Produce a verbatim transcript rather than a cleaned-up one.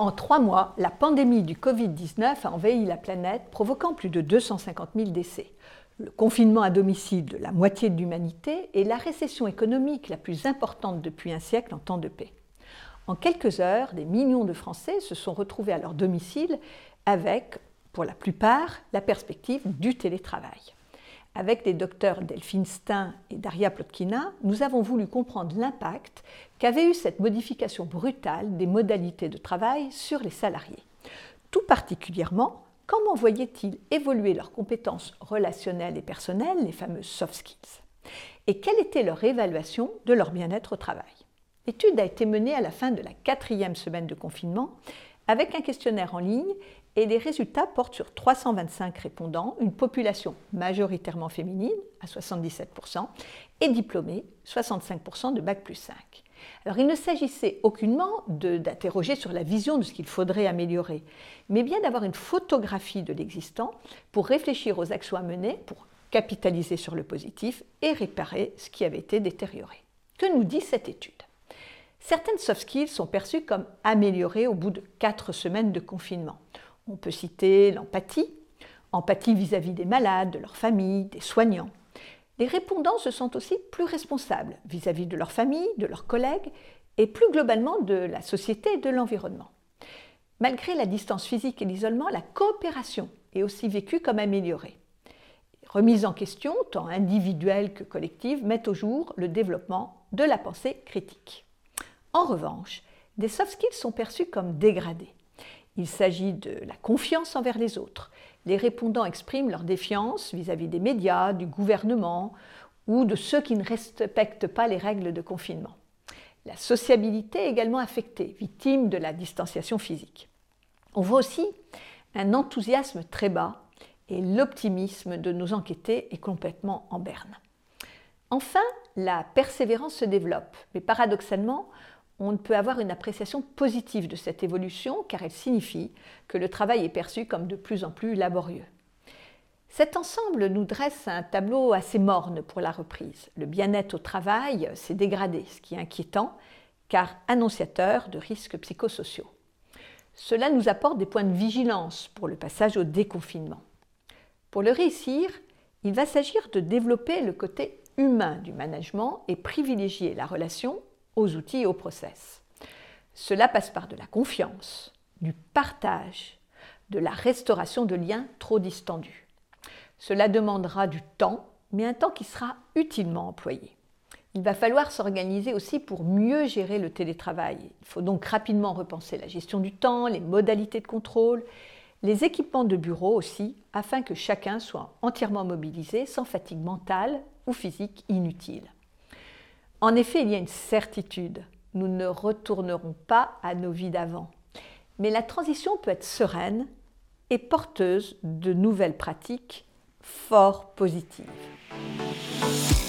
En trois mois, la pandémie du covid dix-neuf a envahi la planète, provoquant plus de deux cent cinquante mille décès. Le confinement à domicile de la moitié de l'humanité et la récession économique la plus importante depuis un siècle en temps de paix. En quelques heures, des millions de Français se sont retrouvés à leur domicile avec, pour la plupart, la perspective du télétravail. Avec les docteurs Delphine Stein et Daria Plotkina, nous avons voulu comprendre l'impact qu'avait eu cette modification brutale des modalités de travail sur les salariés. Tout particulièrement, comment voyaient-ils évoluer leurs compétences relationnelles et personnelles, les fameuses soft skills? Et quelle était leur évaluation de leur bien-être au travail? L'étude a été menée à la fin de la quatrième semaine de confinement avec un questionnaire en ligne et les résultats portent sur trois cent vingt-cinq répondants, une population majoritairement féminine, à soixante-dix-sept pour cent, et diplômée, soixante-cinq pour cent de bac plus cinq. Alors il ne s'agissait aucunement de, d'interroger sur la vision de ce qu'il faudrait améliorer, mais bien d'avoir une photographie de l'existant pour réfléchir aux actions à mener, pour capitaliser sur le positif et réparer ce qui avait été détérioré. Que nous dit cette étude ? Certaines soft skills sont perçues comme améliorées au bout de quatre semaines de confinement. On peut citer l'empathie, empathie vis-à-vis des malades, de leur famille, des soignants. Les répondants se sentent aussi plus responsables vis-à-vis de leur famille, de leurs collègues et plus globalement de la société et de l'environnement. Malgré la distance physique et l'isolement, la coopération est aussi vécue comme améliorée. Les remises en question, tant individuelles que collectives, mettent au jour le développement de la pensée critique. En revanche, des soft skills sont perçus comme dégradés. Il s'agit de la confiance envers les autres. Les répondants expriment leur défiance vis-à-vis des médias, du gouvernement ou de ceux qui ne respectent pas les règles de confinement. La sociabilité est également affectée, victime de la distanciation physique. On voit aussi un enthousiasme très bas et l'optimisme de nos enquêtés est complètement en berne. Enfin, la persévérance se développe, mais paradoxalement, on ne peut avoir une appréciation positive de cette évolution car elle signifie que le travail est perçu comme de plus en plus laborieux. Cet ensemble nous dresse un tableau assez morne pour la reprise. Le bien-être au travail s'est dégradé, ce qui est inquiétant car annonciateur de risques psychosociaux. Cela nous apporte des points de vigilance pour le passage au déconfinement. Pour le réussir, il va s'agir de développer le côté humain du management et privilégier la relation aux outils et aux process. Cela passe par de la confiance, du partage, de la restauration de liens trop distendus. Cela demandera du temps, mais un temps qui sera utilement employé. Il va falloir s'organiser aussi pour mieux gérer le télétravail. Il faut donc rapidement repenser la gestion du temps, les modalités de contrôle, les équipements de bureau aussi, afin que chacun soit entièrement mobilisé sans fatigue mentale ou physique inutile. En effet, il y a une certitude, nous ne retournerons pas à nos vies d'avant. Mais la transition peut être sereine et porteuse de nouvelles pratiques fort positives.